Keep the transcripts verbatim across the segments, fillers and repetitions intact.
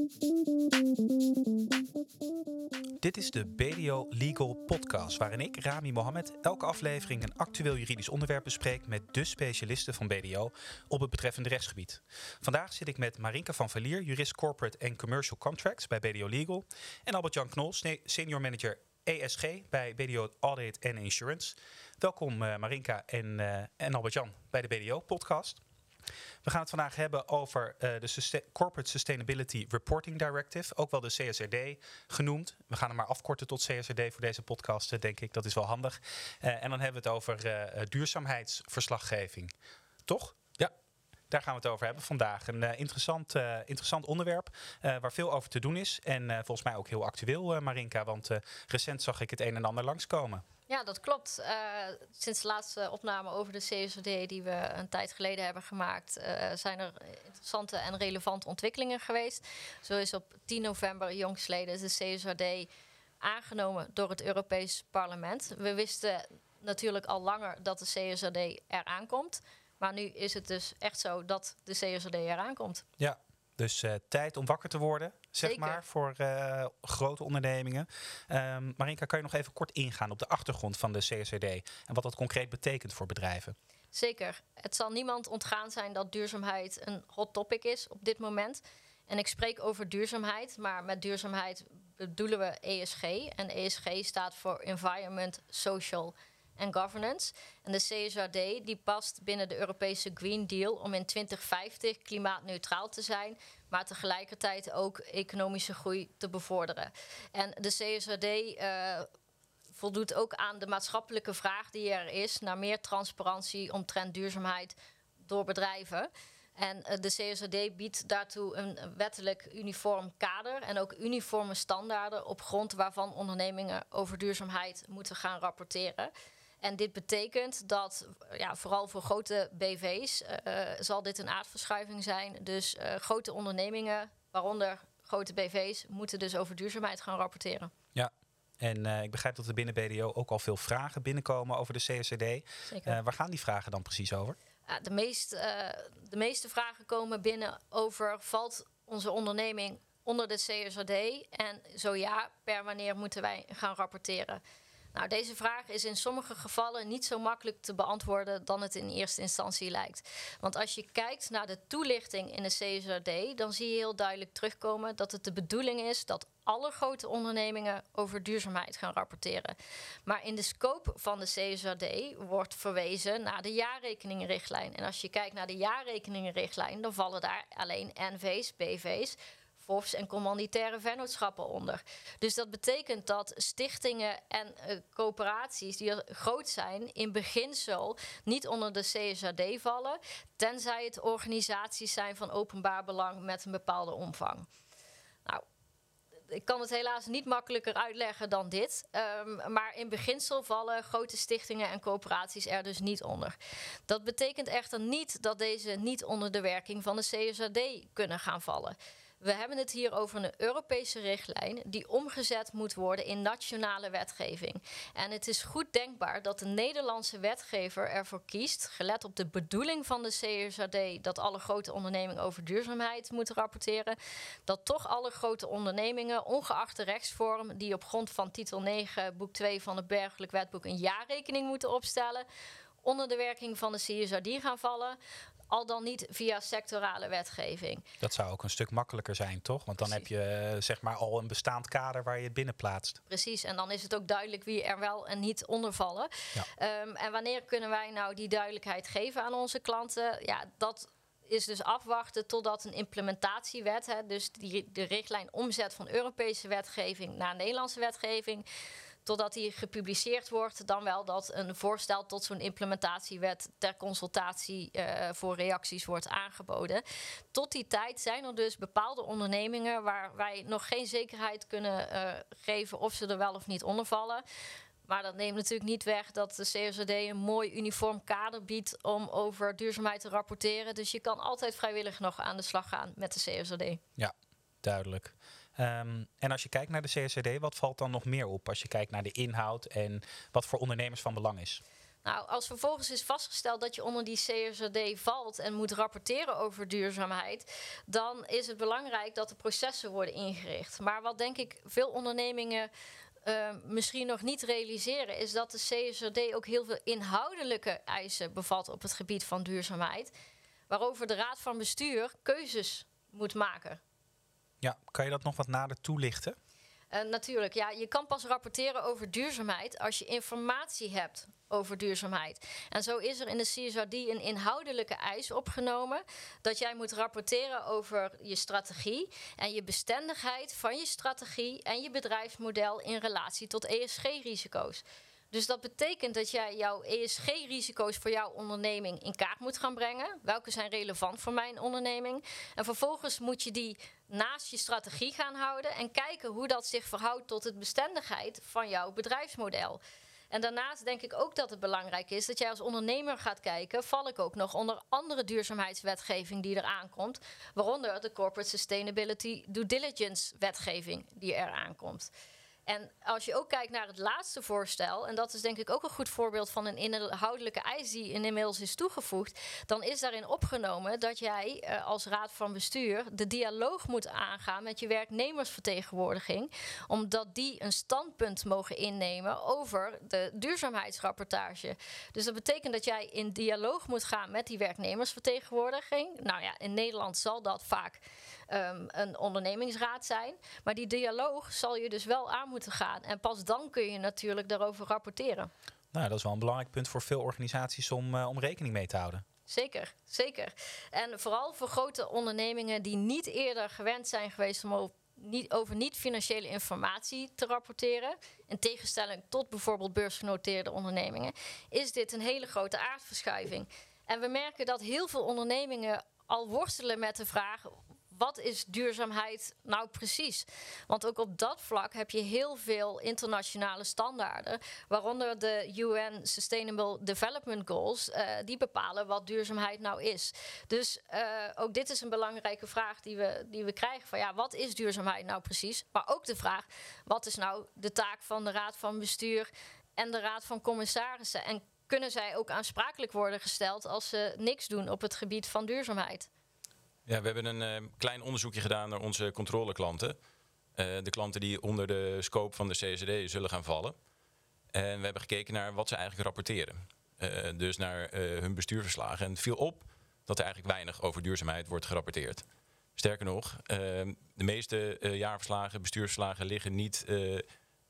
Dit is de B D O Legal Podcast, waarin ik, Rami Mohammed, elke aflevering een actueel juridisch onderwerp bespreek met de specialisten van B D O op het betreffende rechtsgebied. Vandaag zit ik met Marinka van Valier, jurist Corporate and Commercial Contracts bij B D O Legal, en Albert-Jan Knol, senior manager E S G bij B D O Audit and Insurance. Welkom uh, Marinka en, uh, en Albert-Jan bij de B D O Podcast. We gaan het vandaag hebben over uh, de Susta- Corporate Sustainability Reporting Directive, ook wel de C S R D genoemd. We gaan hem maar afkorten tot C S R D voor deze podcast, uh, denk ik. Dat is wel handig. Uh, en dan hebben we het over uh, duurzaamheidsverslaggeving. Toch? Ja. Daar gaan we het over hebben vandaag. Een uh, interessant, uh, interessant onderwerp uh, waar veel over te doen is. En uh, volgens mij ook heel actueel, uh, Marinka. Want uh, recent zag ik het een en ander langskomen. Ja, dat klopt. Uh, sinds de laatste opname over de C S R D die we een tijd geleden hebben gemaakt, uh, zijn er interessante en relevante ontwikkelingen geweest. Zo is op tien november jongstleden de C S R D aangenomen door het Europees Parlement. We wisten natuurlijk al langer dat de C S R D eraan komt. Maar nu is het dus echt zo dat de C S R D eraan komt. Ja, dus uh, tijd om wakker te worden, zeg Zeker. maar, voor uh, grote ondernemingen. Um, Marinka, kan je nog even kort ingaan op de achtergrond van de C S R D en wat dat concreet betekent voor bedrijven? Zeker. Het zal niemand ontgaan zijn dat duurzaamheid een hot topic is op dit moment. En ik spreek over duurzaamheid, maar met duurzaamheid bedoelen we E S G. En E S G staat voor Environment, Social en Governance. En de C S R D die past binnen de Europese Green Deal om in twintig vijftig klimaatneutraal te zijn, maar tegelijkertijd ook economische groei te bevorderen. En de C S R D uh, voldoet ook aan de maatschappelijke vraag die er is naar meer transparantie omtrent duurzaamheid door bedrijven. En uh, de C S R D biedt daartoe een wettelijk uniform kader en ook uniforme standaarden op grond waarvan ondernemingen over duurzaamheid moeten gaan rapporteren. En dit betekent dat, ja, vooral voor grote B V's, uh, zal dit een aardverschuiving zijn. Dus uh, grote ondernemingen, waaronder grote B V's, moeten dus over duurzaamheid gaan rapporteren. Ja, en uh, ik begrijp dat er binnen B D O ook al veel vragen binnenkomen over de C S R D. Zeker. Uh, waar gaan die vragen dan precies over? Uh, de, meest, uh, de meeste vragen komen binnen over, valt onze onderneming onder de C S R D? En zo ja, per wanneer moeten wij gaan rapporteren? Nou, deze vraag is in sommige gevallen niet zo makkelijk te beantwoorden dan het in eerste instantie lijkt. Want als je kijkt naar de toelichting in de C S R D, dan zie je heel duidelijk terugkomen dat het de bedoeling is dat alle grote ondernemingen over duurzaamheid gaan rapporteren. Maar in de scope van de C S R D wordt verwezen naar de jaarrekeningenrichtlijn. En als je kijkt naar de jaarrekeningenrichtlijn, dan vallen daar alleen N V's, B V's, F O F's en commanditaire vennootschappen onder. Dus dat betekent dat stichtingen en uh, coöperaties die groot zijn, in beginsel niet onder de C S R D vallen, tenzij het organisaties zijn van openbaar belang met een bepaalde omvang. Nou, ik kan het helaas niet makkelijker uitleggen dan dit. Um, maar in beginsel vallen grote stichtingen en coöperaties er dus niet onder. Dat betekent echter niet dat deze niet onder de werking van de C S R D kunnen gaan vallen. We hebben het hier over een Europese richtlijn die omgezet moet worden in nationale wetgeving. En het is goed denkbaar dat de Nederlandse wetgever ervoor kiest, gelet op de bedoeling van de C S R D dat alle grote ondernemingen over duurzaamheid moeten rapporteren, dat toch alle grote ondernemingen, ongeacht de rechtsvorm, die op grond van titel negen, boek twee van het Burgerlijk Wetboek een jaarrekening moeten opstellen, onder de werking van de C S R D gaan vallen, al dan niet via sectorale wetgeving. Dat zou ook een stuk makkelijker zijn, toch? Want dan Precies. heb je zeg maar al een bestaand kader waar je het binnen plaatst. Precies, en dan is het ook duidelijk wie er wel en niet onder vallen. Ja. Um, en wanneer kunnen wij nou die duidelijkheid geven aan onze klanten? Ja, dat is dus afwachten totdat een implementatiewet, hè, dus die de richtlijn omzet van Europese wetgeving naar Nederlandse wetgeving, totdat die gepubliceerd wordt, dan wel dat een voorstel tot zo'n implementatiewet ter consultatie uh, voor reacties wordt aangeboden. Tot die tijd zijn er dus bepaalde ondernemingen waar wij nog geen zekerheid kunnen uh, geven of ze er wel of niet onder vallen. Maar dat neemt natuurlijk niet weg dat de C S R D een mooi uniform kader biedt om over duurzaamheid te rapporteren. Dus je kan altijd vrijwillig nog aan de slag gaan met de C S R D. Ja, duidelijk. Um, en als je kijkt naar de C S R D, wat valt dan nog meer op als je kijkt naar de inhoud en wat voor ondernemers van belang is? Nou, als vervolgens is vastgesteld dat je onder die C S R D valt en moet rapporteren over duurzaamheid, dan is het belangrijk dat de processen worden ingericht. Maar wat denk ik veel ondernemingen uh, misschien nog niet realiseren, is dat de C S R D ook heel veel inhoudelijke eisen bevat op het gebied van duurzaamheid, waarover de Raad van Bestuur keuzes moet maken. Ja, kan je dat nog wat nader toelichten? Uh, natuurlijk, ja, je kan pas rapporteren over duurzaamheid als je informatie hebt over duurzaamheid. En zo is er in de C S R D een inhoudelijke eis opgenomen dat jij moet rapporteren over je strategie en je bestendigheid van je strategie en je bedrijfsmodel in relatie tot E S G-risico's. Dus dat betekent dat jij jouw E S G-risico's voor jouw onderneming in kaart moet gaan brengen. Welke zijn relevant voor mijn onderneming? En vervolgens moet je die naast je strategie gaan houden en kijken hoe dat zich verhoudt tot de bestendigheid van jouw bedrijfsmodel. En daarnaast denk ik ook dat het belangrijk is dat jij als ondernemer gaat kijken, val ik ook nog onder andere duurzaamheidswetgeving die er aankomt, waaronder de Corporate Sustainability Due Diligence wetgeving die er aankomt. En als je ook kijkt naar het laatste voorstel, en dat is denk ik ook een goed voorbeeld van een inhoudelijke eis die inmiddels is toegevoegd, dan is daarin opgenomen dat jij uh, als raad van bestuur de dialoog moet aangaan met je werknemersvertegenwoordiging, omdat die een standpunt mogen innemen over de duurzaamheidsrapportage. Dus dat betekent dat jij in dialoog moet gaan met die werknemersvertegenwoordiging. Nou ja, in Nederland zal dat vaak Um, een ondernemingsraad zijn. Maar die dialoog zal je dus wel aan moeten gaan. En pas dan kun je natuurlijk daarover rapporteren. Nou, dat is wel een belangrijk punt voor veel organisaties om, uh, om rekening mee te houden. Zeker, zeker. En vooral voor grote ondernemingen die niet eerder gewend zijn geweest om over niet, over niet-financiële informatie te rapporteren, in tegenstelling tot bijvoorbeeld beursgenoteerde ondernemingen, is dit een hele grote aardverschuiving. En we merken dat heel veel ondernemingen al worstelen met de vraag, wat is duurzaamheid nou precies? Want ook op dat vlak heb je heel veel internationale standaarden, waaronder de U N Sustainable Development Goals, uh, die bepalen wat duurzaamheid nou is. Dus uh, ook dit is een belangrijke vraag die we, die we krijgen van ja, wat is duurzaamheid nou precies? Maar ook de vraag, wat is nou de taak van de Raad van Bestuur en de Raad van Commissarissen? En kunnen zij ook aansprakelijk worden gesteld als ze niks doen op het gebied van duurzaamheid? Ja, we hebben een uh, klein onderzoekje gedaan naar onze controleklanten. Uh, de klanten die onder de scope van de C S R D zullen gaan vallen. En we hebben gekeken naar wat ze eigenlijk rapporteren. Uh, dus naar uh, hun bestuurverslagen. En het viel op dat er eigenlijk weinig over duurzaamheid wordt gerapporteerd. Sterker nog, uh, de meeste uh, jaarverslagen, bestuursverslagen liggen niet, uh, uh,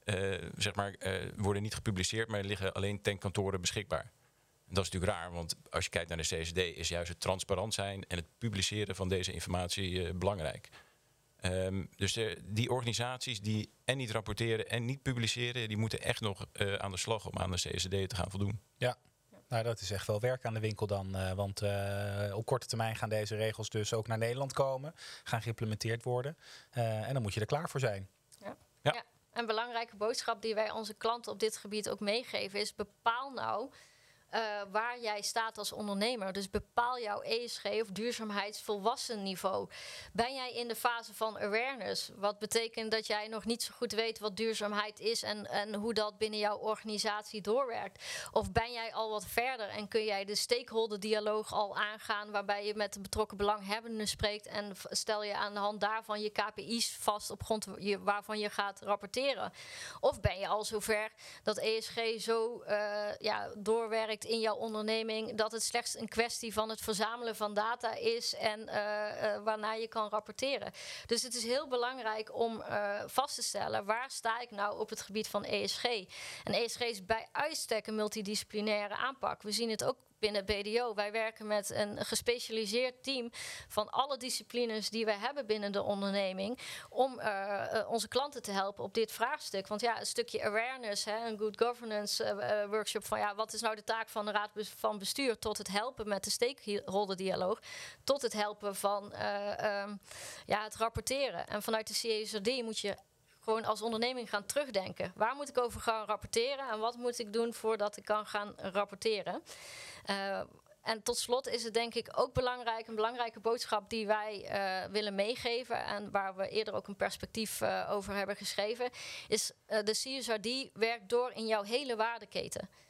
zeg maar, uh, worden niet gepubliceerd, maar liggen alleen ten kantoren beschikbaar. En dat is natuurlijk raar, want als je kijkt naar de C S R D is juist het transparant zijn en het publiceren van deze informatie uh, belangrijk. Um, dus uh, die organisaties die en niet rapporteren en niet publiceren, die moeten echt nog uh, aan de slag om aan de C S R D te gaan voldoen. Ja, nou dat is echt wel werk aan de winkel dan. Uh, want uh, op korte termijn gaan deze regels dus ook naar Nederland komen, gaan geïmplementeerd worden. Uh, en dan moet je er klaar voor zijn. Ja. Ja. Ja. Een belangrijke boodschap die wij onze klanten op dit gebied ook meegeven is: bepaal nou Uh, waar jij staat als ondernemer. Dus bepaal jouw E S G of duurzaamheidsvolwassen niveau. Ben jij in de fase van awareness? Wat betekent dat jij nog niet zo goed weet wat duurzaamheid is en, en hoe dat binnen jouw organisatie doorwerkt? Of ben jij al wat verder en kun jij de stakeholder dialoog al aangaan, waarbij je met de betrokken belanghebbenden spreekt en stel je aan de hand daarvan je K P I's vast op grond waarvan je gaat rapporteren? Of ben je al zover dat E S G zo uh, ja, doorwerkt in jouw onderneming dat het slechts een kwestie van het verzamelen van data is en uh, uh, waarna je kan rapporteren. Dus het is heel belangrijk om uh, vast te stellen, waar sta ik nou op het gebied van E S G? En E S G is bij uitstek een multidisciplinaire aanpak. We zien het ook binnen B D O. Wij werken met een gespecialiseerd team van alle disciplines die we hebben binnen de onderneming om uh, uh, onze klanten te helpen op dit vraagstuk. Want ja, een stukje awareness, hè, een good governance uh, uh, workshop van ja, wat is nou de taak van de Raad van Bestuur, tot het helpen met de stakeholder dialoog, tot het helpen van uh, um, ja, het rapporteren. En vanuit de C S R D moet je gewoon als onderneming gaan terugdenken. Waar moet ik over gaan rapporteren en wat moet ik doen voordat ik kan gaan rapporteren? Uh, en tot slot is het denk ik ook belangrijk, een belangrijke boodschap die wij uh, willen meegeven en waar we eerder ook een perspectief uh, over hebben geschreven, is uh, de C S R D werkt door in jouw hele waardeketen.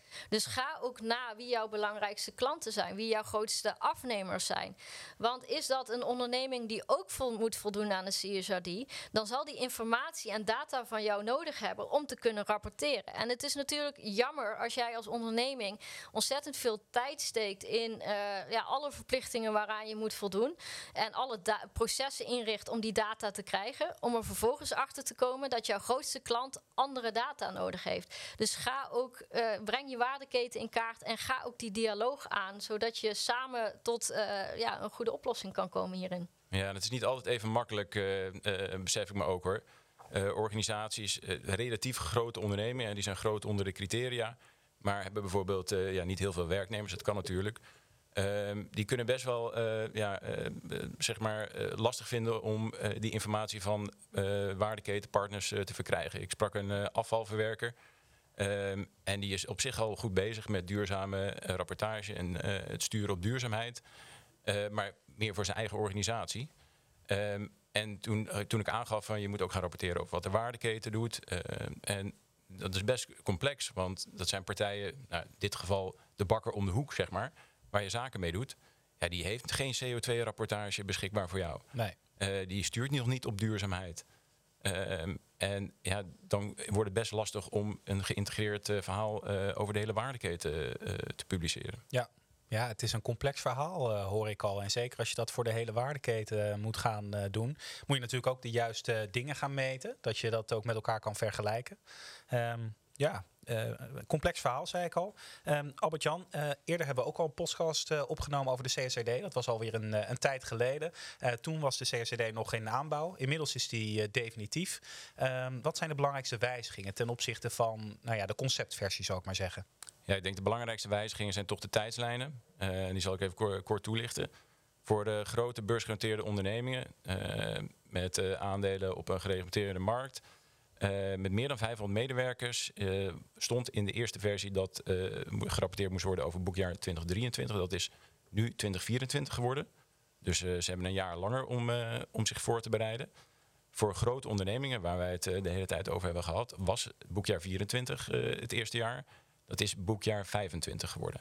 Dus ga ook na wie jouw belangrijkste klanten zijn, wie jouw grootste afnemers zijn. Want is dat een onderneming die ook vol, moet voldoen aan de C S R D, dan zal die informatie en data van jou nodig hebben om te kunnen rapporteren. En het is natuurlijk jammer als jij als onderneming ontzettend veel tijd steekt in uh, ja, alle verplichtingen waaraan je moet voldoen en alle da- processen inricht om die data te krijgen, om er vervolgens achter te komen dat jouw grootste klant andere data nodig heeft. Dus ga ook, uh, breng je waardeketen in kaart en ga ook die dialoog aan, zodat je samen tot uh, ja, een goede oplossing kan komen hierin. Ja, dat is niet altijd even makkelijk, uh, uh, besef ik me ook hoor. Uh, organisaties, uh, relatief grote ondernemingen, die zijn groot onder de criteria, maar hebben bijvoorbeeld uh, ja, niet heel veel werknemers, dat kan natuurlijk. Uh, die kunnen best wel uh, ja, uh, zeg maar, uh, lastig vinden om uh, die informatie van uh, waardeketenpartners uh, te verkrijgen. Ik sprak een uh, afvalverwerker uh, en die is op zich al goed bezig met duurzame uh, rapportage en uh, het sturen op duurzaamheid, uh, maar meer voor zijn eigen organisatie. Uh, en toen, uh, toen ik aangaf van je moet ook gaan rapporteren over wat de waardeketen doet. Uh, en dat is best complex, want dat zijn partijen, nou, in dit geval de bakker om de hoek, zeg maar, waar je zaken mee doet, ja, die heeft geen C O twee rapportage beschikbaar voor jou. Nee. Uh, die stuurt nog niet op duurzaamheid. Uh, en ja, dan wordt het best lastig om een geïntegreerd uh, verhaal uh, over de hele waardeketen uh, te publiceren. Ja. Ja, het is een complex verhaal, uh, hoor ik al. En zeker als je dat voor de hele waardeketen uh, moet gaan uh, doen, moet je natuurlijk ook de juiste uh, dingen gaan meten. Dat je dat ook met elkaar kan vergelijken. Um, ja, uh, complex verhaal, zei ik al. Um, Albert-Jan, uh, eerder hebben we ook al een podcast uh, opgenomen over de C S R D. Dat was alweer een, uh, een tijd geleden. Uh, toen was de C S R D nog in aanbouw. Inmiddels is die uh, definitief. Um, wat zijn de belangrijkste wijzigingen ten opzichte van nou ja, de conceptversie, zou ik maar zeggen? Ja, ik denk de belangrijkste wijzigingen zijn toch de tijdslijnen. Uh, die zal ik even kort, kort toelichten. Voor de grote beursgenoteerde ondernemingen uh, met uh, aandelen op een gereglementeerde markt, uh, met meer dan vijfhonderd medewerkers, uh, stond in de eerste versie dat uh, gerapporteerd moest worden over boekjaar twintig drieëntwintig. Dat is nu twintig vierentwintig geworden. Dus uh, ze hebben een jaar langer om, uh, om zich voor te bereiden. Voor grote ondernemingen, waar wij het uh, de hele tijd over hebben gehad, was boekjaar vierentwintig uh, het eerste jaar. Dat is boekjaar vijfentwintig geworden.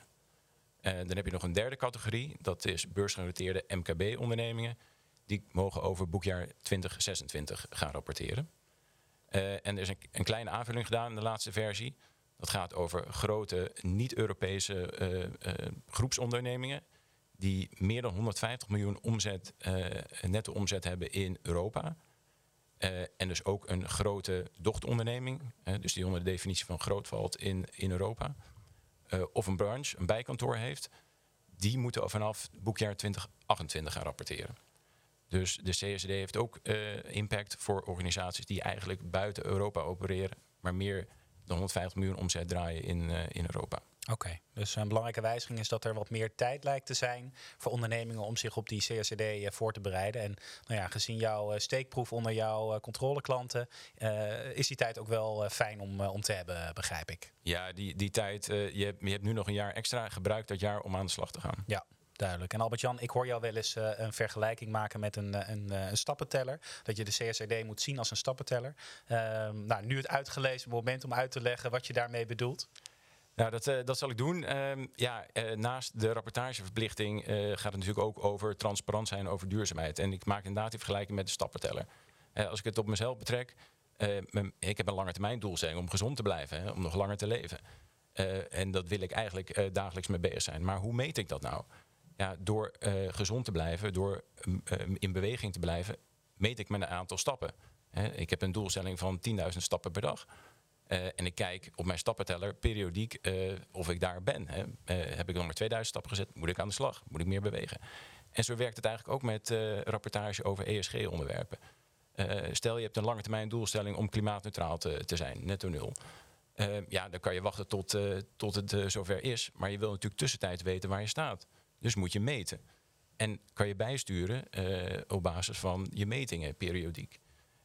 En dan heb je nog een derde categorie. Dat is beursgenoteerde M K B-ondernemingen. Die mogen over boekjaar twintig zesentwintig gaan rapporteren. Uh, en er is een, een kleine aanvulling gedaan in de laatste versie. Dat gaat over grote niet-Europese uh, uh, groepsondernemingen die meer dan honderdvijftig miljoen omzet, uh, netto omzet hebben in Europa. Uh, en dus ook een grote dochteronderneming, uh, dus die onder de definitie van groot valt in, in Europa. Uh, of een branche, een bijkantoor heeft, die moeten vanaf boekjaar twintig achtentwintig gaan rapporteren. Dus de C S R D heeft ook uh, impact voor organisaties die eigenlijk buiten Europa opereren, maar meer dan honderdvijftig miljoen omzet draaien in, uh, in Europa. Oké, okay, dus een belangrijke wijziging is dat er wat meer tijd lijkt te zijn voor ondernemingen om zich op die C S R D uh, voor te bereiden. En nou ja, gezien jouw uh, steekproef onder jouw uh, controleklanten, uh, is die tijd ook wel uh, fijn om, uh, om te hebben, begrijp ik. Ja, die, die tijd, uh, je, hebt, je hebt nu nog een jaar extra, gebruik dat jaar om aan de slag te gaan. Ja. Duidelijk. En Albert-Jan, ik hoor jou wel eens uh, een vergelijking maken met een, een, een stappenteller. Dat je de C S R D moet zien als een stappenteller. Uh, nou, nu het uitgelezen moment om uit te leggen wat je daarmee bedoelt. Nou, dat, uh, dat zal ik doen. Uh, ja, uh, naast de rapportageverplichting uh, gaat het natuurlijk ook over transparant zijn over duurzaamheid. En ik maak inderdaad die vergelijking met de stappenteller. Uh, als ik het op mezelf betrek, uh, m- ik heb een lange termijn doelstelling om gezond te blijven, hè, om nog langer te leven. Uh, en dat wil ik eigenlijk uh, dagelijks mee bezig zijn. Maar hoe meet ik dat nou? Ja, door uh, gezond te blijven, door uh, in beweging te blijven, meet ik mijn aantal stappen. He, ik heb een doelstelling van tienduizend stappen per dag. Uh, en ik kijk op mijn stappenteller periodiek uh, of ik daar ben. Hè. Uh, heb ik nog maar tweeduizend stappen gezet, moet ik aan de slag, moet ik meer bewegen. En zo werkt het eigenlijk ook met uh, rapportage over E S G-onderwerpen. Uh, stel je hebt een lange termijn doelstelling om klimaatneutraal te, te zijn, netto nul. Uh, ja, dan kan je wachten tot, uh, tot het uh, zover is. Maar je wil natuurlijk tussentijds weten waar je staat. Dus moet je meten. En kan je bijsturen uh, op basis van je metingen periodiek.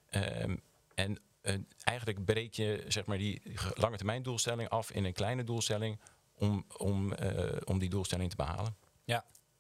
Um, en uh, eigenlijk breek je zeg maar, die lange termijn doelstelling af in een kleine doelstelling om, om, uh, om die doelstelling te behalen. Ja, ja.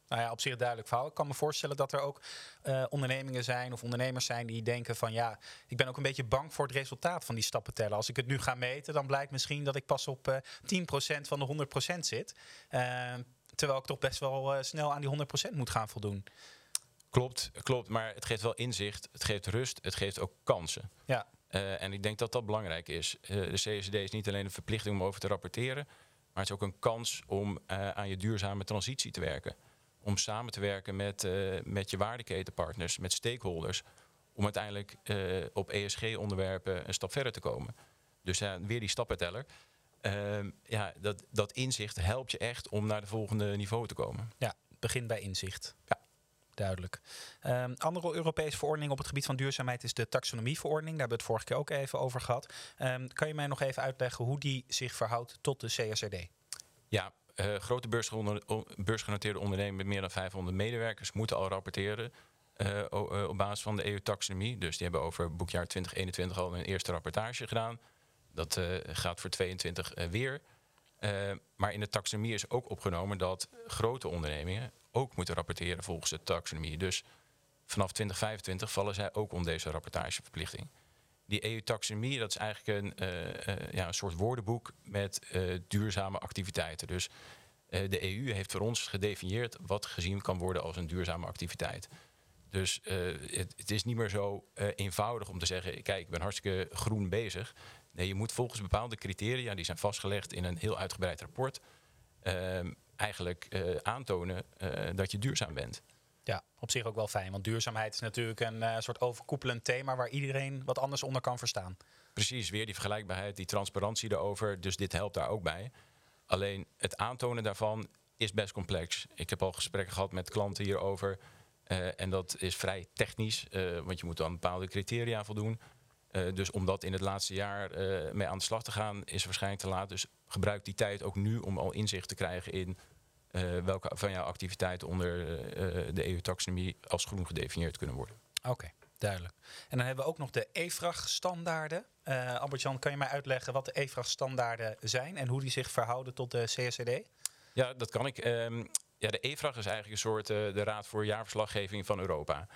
Nou ja, op zich duidelijk verhaal. Ik kan me voorstellen dat er ook uh, ondernemingen zijn of ondernemers zijn die denken van ja, ik ben ook een beetje bang voor het resultaat van die stappen tellen. Als ik het nu ga meten, dan blijkt misschien dat ik pas op uh, tien procent van de honderd procent zit. Uh, terwijl ik toch best wel uh, snel aan die honderd procent moet gaan voldoen. Klopt, klopt, maar het geeft wel inzicht, het geeft rust, het geeft ook kansen. Ja. Uh, en ik denk dat dat belangrijk is. Uh, de C S R D is niet alleen een verplichting om over te rapporteren, maar het is ook een kans om uh, aan je duurzame transitie te werken. Om samen te werken met, uh, met je waardeketenpartners, met stakeholders, om uiteindelijk uh, op E S G-onderwerpen een stap verder te komen. Dus uh, weer die stappenteller. Uh, ja, dat, dat inzicht helpt je echt om naar de volgende niveau te komen. Ja, begin bij inzicht. Ja. Duidelijk. Um, andere Europese verordening op het gebied van duurzaamheid is de taxonomieverordening. Daar hebben we het vorige keer ook even over gehad. Um, kan je mij nog even uitleggen hoe die zich verhoudt tot de C S R D? Ja, uh, grote beursgenoteerde ondernemingen met meer dan vijfhonderd medewerkers moeten al rapporteren uh, op basis van de E U-taxonomie. Dus die hebben over boekjaar twintig eenentwintig al een eerste rapportage gedaan. Dat uh, gaat voor tweeëntwintig uh, weer. Uh, maar in de taxonomie is ook opgenomen dat grote ondernemingen ook moeten rapporteren volgens de taxonomie. Dus vanaf twintig vijfentwintig vallen zij ook onder deze rapportageverplichting. Die E U-taxonomie, dat is eigenlijk een, uh, uh, ja, een soort woordenboek met uh, duurzame activiteiten. Dus uh, de E U heeft voor ons gedefinieerd wat gezien kan worden als een duurzame activiteit. Dus uh, het, het is niet meer zo uh, eenvoudig om te zeggen, kijk, ik ben hartstikke groen bezig. Nee, je moet volgens bepaalde criteria, die zijn vastgelegd in een heel uitgebreid rapport, uh, eigenlijk uh, aantonen uh, dat je duurzaam bent. Ja, op zich ook wel fijn. Want duurzaamheid is natuurlijk een uh, soort overkoepelend thema waar iedereen wat anders onder kan verstaan. Precies, weer die vergelijkbaarheid, die transparantie erover. Dus dit helpt daar ook bij. Alleen het aantonen daarvan is best complex. Ik heb al gesprekken gehad met klanten hierover. Uh, en dat is vrij technisch, uh, want je moet dan bepaalde criteria voldoen. Uh, dus om dat in het laatste jaar uh, mee aan de slag te gaan, is waarschijnlijk te laat. Dus gebruik die tijd ook nu om al inzicht te krijgen in uh, welke van jouw activiteiten onder uh, de E U-taxonomie als groen gedefinieerd kunnen worden. Oké, okay, duidelijk. En dan hebben we ook nog de E F R A G-standaarden. Uh, Albert-Jan, kan je mij uitleggen wat de E F R A G-standaarden zijn en hoe die zich verhouden tot de C S R D? Ja, dat kan ik. Um, ja, de E F R A G is eigenlijk een soort uh, de Raad voor Jaarverslaggeving van Europa.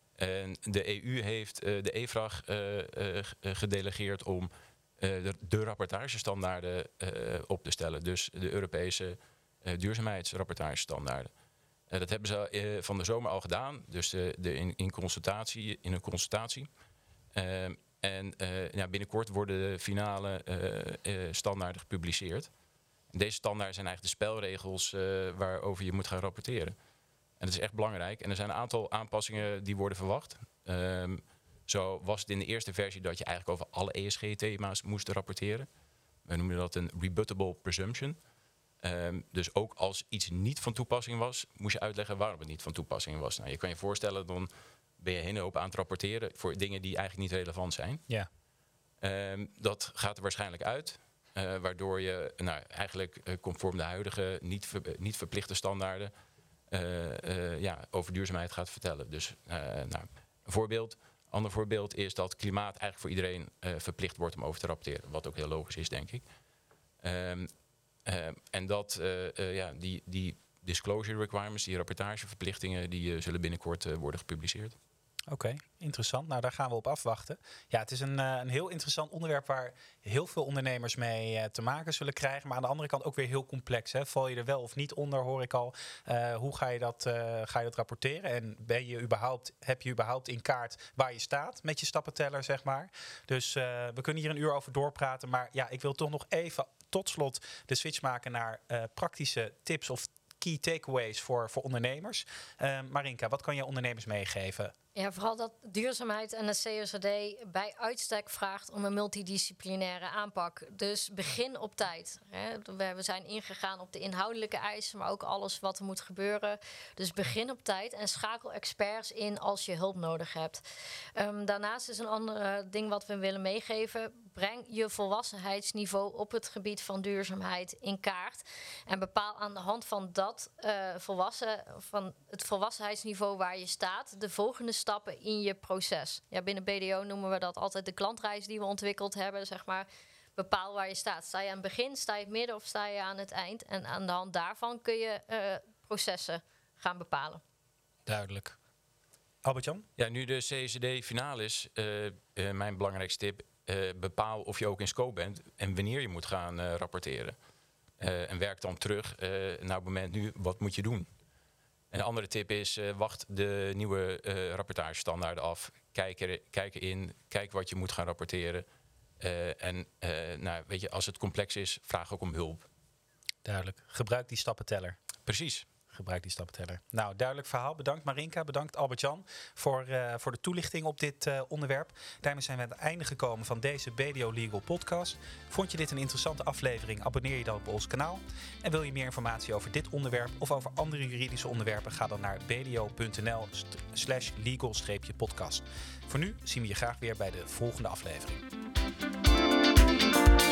En de E U heeft uh, de E F R A G uh, uh, gedelegeerd om uh, de, de rapportagestandaarden uh, op te stellen. Dus de Europese uh, duurzaamheidsrapportagestandaarden. Uh, dat hebben ze uh, van de zomer al gedaan, dus uh, de in, in, consultatie, in een consultatie. Uh, en uh, ja, binnenkort worden de finale uh, uh, standaarden gepubliceerd. En deze standaarden zijn eigenlijk de spelregels uh, waarover je moet gaan rapporteren. En dat is echt belangrijk. En er zijn een aantal aanpassingen die worden verwacht. Um, zo was het in de eerste versie dat je eigenlijk over alle E S G-thema's moest rapporteren. We noemen dat een rebuttable presumption. Um, dus ook als iets niet van toepassing was, moest je uitleggen waarom het niet van toepassing was. Nou, je kan je voorstellen, dan ben je een hoop aan het rapporteren voor dingen die eigenlijk niet relevant zijn. Ja. Um, dat gaat er waarschijnlijk uit. Uh, waardoor je nou, eigenlijk uh, conform de huidige niet, ver, niet verplichte standaarden Uh, uh, ja, over duurzaamheid gaat vertellen. Dus uh, nou, een voorbeeld. Ander voorbeeld is dat klimaat eigenlijk voor iedereen uh, verplicht wordt om over te rapporteren. Wat ook heel logisch is, denk ik. Um, uh, en dat, uh, uh, ja, die, die disclosure requirements, die rapportageverplichtingen, die uh, zullen binnenkort uh, worden gepubliceerd. Oké, okay, interessant. Nou, daar gaan we op afwachten. Ja, het is een, uh, een heel interessant onderwerp waar heel veel ondernemers mee uh, te maken zullen krijgen. Maar aan de andere kant ook weer heel complex. Hè? Val je er wel of niet onder, hoor ik al. Uh, hoe ga je, dat, uh, ga je dat rapporteren? En ben je überhaupt, heb je überhaupt in kaart waar je staat met je stappenteller, zeg maar? Dus uh, we kunnen hier een uur over doorpraten. Maar ja, ik wil toch nog even tot slot de switch maken naar uh, praktische tips of key takeaways voor, voor ondernemers. Uh, Marinka, wat kan je ondernemers meegeven? Ja, vooral dat duurzaamheid en de C S R D bij uitstek vraagt om een multidisciplinaire aanpak. Dus begin op tijd. Hè. We zijn ingegaan op de inhoudelijke eisen, maar ook alles wat er moet gebeuren. Dus begin op tijd en schakel experts in als je hulp nodig hebt. Um, daarnaast is een ander ding wat we willen meegeven. Breng je volwassenheidsniveau op het gebied van duurzaamheid in kaart. En bepaal aan de hand van dat uh, volwassen, van het volwassenheidsniveau waar je staat, de volgende stappen in je proces. Ja, binnen B D O noemen we dat altijd de klantreis die we ontwikkeld hebben. Zeg maar, bepaal waar je staat. Sta je aan het begin, sta je in het midden of sta je aan het eind? En aan de hand daarvan kun je uh, processen gaan bepalen. Duidelijk. Albert-Jan? Ja, nu de C S R D finaal is, uh, uh, mijn belangrijkste tip, uh, bepaal of je ook in scope bent en wanneer je moet gaan uh, rapporteren. Uh, en werk dan terug uh, naar het moment nu, wat moet je doen? En de andere tip is, uh, wacht de nieuwe uh, rapportagestandaarden af. Kijk, er, kijk erin, kijk wat je moet gaan rapporteren. Uh, en uh, nou, weet je, als het complex is, vraag ook om hulp. Duidelijk. Gebruik die stappenteller. Precies. Gebruik die stappenteller. Nou, duidelijk verhaal. Bedankt Marinka, bedankt Albert-Jan voor, uh, voor de toelichting op dit uh, onderwerp. Daarmee zijn we aan het einde gekomen van deze B D O Legal podcast. Vond je dit een interessante aflevering? Abonneer je dan op ons kanaal. En wil je meer informatie over dit onderwerp of over andere juridische onderwerpen? Ga dan naar bdo.nl slash legal podcast. Voor nu zien we je graag weer bij de volgende aflevering.